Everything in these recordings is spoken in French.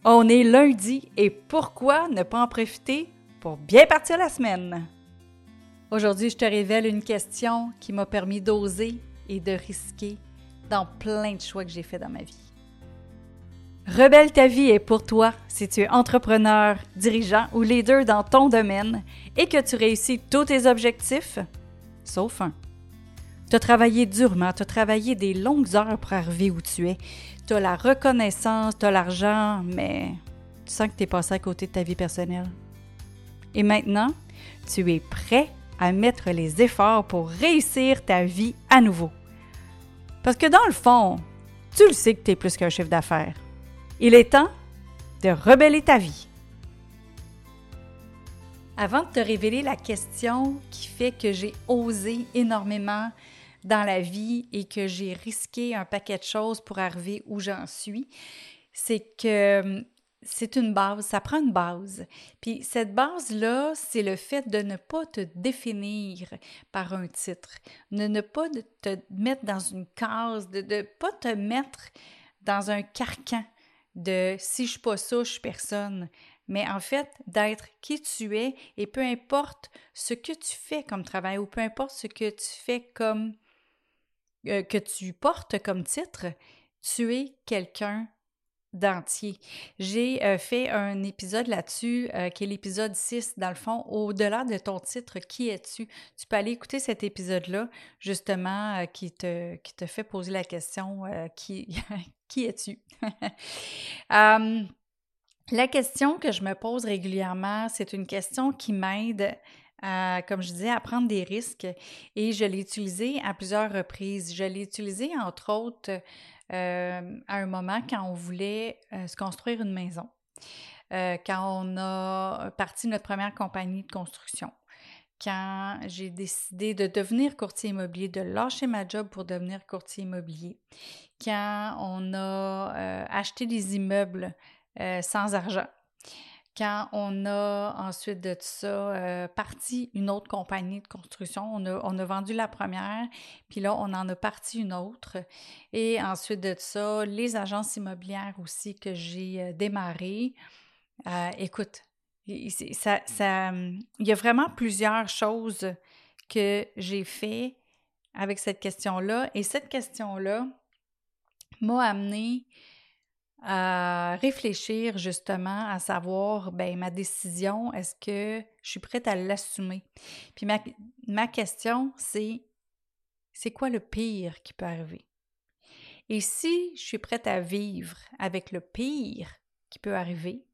On est lundi et pourquoi ne pas en profiter pour bien partir la semaine? Aujourd'hui, je te révèle une question qui m'a permis d'oser et de risquer dans plein de choix que j'ai fait dans ma vie. Rebelle ta vie est pour toi si tu es entrepreneur, dirigeant ou leader dans ton domaine et que tu réussis tous tes objectifs, sauf un. Tu as travaillé durement, tu as travaillé des longues heures pour arriver où tu es. Tu as la reconnaissance, tu as l'argent, mais tu sens que tu es passé à côté de ta vie personnelle. Et maintenant, tu es prêt à mettre les efforts pour réussir ta vie à nouveau. Parce que dans le fond, tu le sais que tu es plus qu'un chiffre d'affaires. Il est temps de rebeller ta vie. Avant de te révéler la question qui fait que j'ai osé énormément dans la vie et que j'ai risqué un paquet de choses pour arriver où j'en suis, c'est que c'est une base, ça prend une base. Puis cette base-là, c'est le fait de ne pas te définir par un titre, de ne pas te mettre dans une case, de ne pas te mettre dans un carcan de « si je suis pas ça, je suis personne ». Mais en fait, d'être qui tu es et peu importe ce que tu fais comme travail ou peu importe ce que tu fais comme que tu portes comme titre, tu es quelqu'un d'entier. J'ai fait un épisode là-dessus, qui est l'épisode 6, dans le fond, au-delà de ton titre, qui es-tu? Tu peux aller écouter cet épisode-là, justement, qui te fait poser la question, qui es-tu? La question que je me pose régulièrement, c'est une question qui m'aide comme je disais, à prendre des risques et je l'ai utilisé à plusieurs reprises. Je l'ai utilisé, entre autres, à un moment quand on voulait se construire une maison, quand on a parti notre première compagnie de construction, quand j'ai décidé de devenir courtier immobilier, de lâcher ma job pour devenir courtier immobilier, quand on a acheté des immeubles sans argent, quand on a ensuite de ça parti une autre compagnie de construction, on a vendu la première, puis là, on en a parti une autre. Et ensuite de ça, les agences immobilières aussi que j'ai démarrées. Écoute, il y a vraiment plusieurs choses que j'ai fait avec cette question-là. Et cette question-là m'a amenée à réfléchir justement, à savoir, ma décision, est-ce que je suis prête à l'assumer? Puis ma question, c'est quoi le pire qui peut arriver? Et si je suis prête à vivre avec le pire qui peut arriver,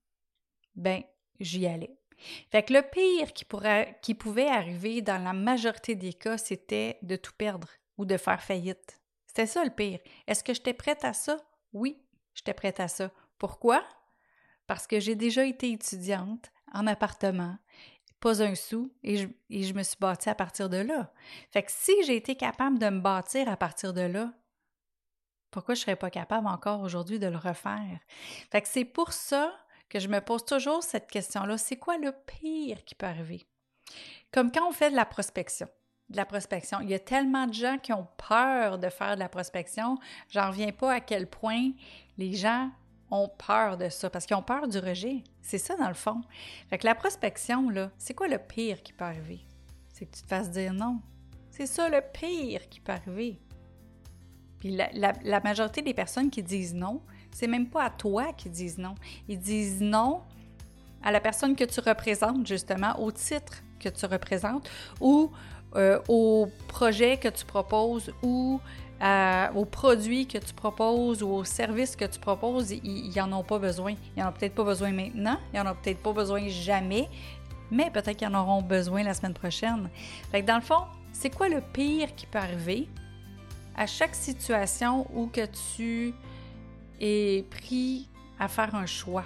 j'y allais. Fait que le pire qui pouvait arriver dans la majorité des cas, c'était de tout perdre ou de faire faillite. C'était ça le pire. Est-ce que j'étais prête à ça? Oui. J'étais prête à ça. Pourquoi? Parce que j'ai déjà été étudiante en appartement, pas un sou, et je me suis bâtie à partir de là. Fait que si j'ai été capable de me bâtir à partir de là, pourquoi je ne serais pas capable encore aujourd'hui de le refaire? Fait que c'est pour ça que je me pose toujours cette question-là. C'est quoi le pire qui peut arriver? Comme quand on fait de la prospection. Il y a tellement de gens qui ont peur de faire de la prospection. J'en reviens pas à quel point les gens ont peur de ça parce qu'ils ont peur du rejet. C'est ça dans le fond. Fait que la prospection, là, c'est quoi le pire qui peut arriver? C'est que tu te fasses dire non. C'est ça le pire qui peut arriver. Puis la majorité des personnes qui disent non, c'est même pas à toi qu'ils disent non. Ils disent non à la personne que tu représentes, justement, au titre que tu représentes ou au projet que tu proposes ou aux produits que tu proposes ou aux services que tu proposes, ils n'en ont pas besoin. Ils n'en ont peut-être pas besoin maintenant, ils n'en ont peut-être pas besoin jamais, mais peut-être qu'ils en auront besoin la semaine prochaine. Fait que dans le fond, c'est quoi le pire qui peut arriver à chaque situation où que tu es pris à faire un choix?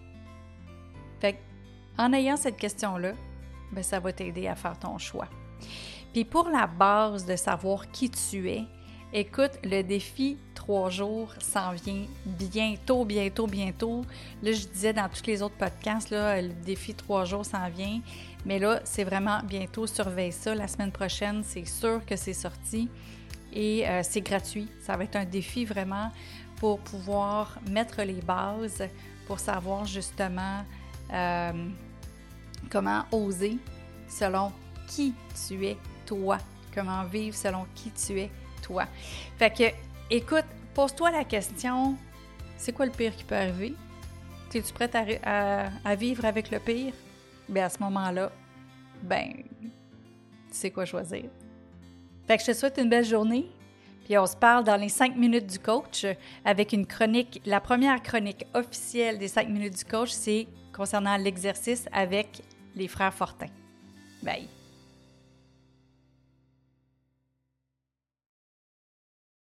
Fait qu'en ayant cette question-là, ça va t'aider à faire ton choix. Puis pour la base de savoir qui tu es, écoute, le défi 3 jours s'en vient bientôt. Là, je disais dans tous les autres podcasts, là, le défi 3 jours s'en vient. Mais là, c'est vraiment bientôt. Surveille ça. La semaine prochaine, c'est sûr que c'est sorti. Et c'est gratuit. Ça va être un défi vraiment pour pouvoir mettre les bases pour savoir justement comment oser selon qui tu es, toi. Comment vivre selon qui tu es, toi. Fait que, écoute, pose-toi la question, c'est quoi le pire qui peut arriver? Es-tu prête à vivre avec le pire? Bien, à ce moment-là, tu sais quoi choisir. Fait que je te souhaite une belle journée. Puis on se parle dans les 5 minutes du coach avec une chronique. La première chronique officielle des 5 minutes du coach, c'est concernant l'exercice avec les frères Fortin. Bye!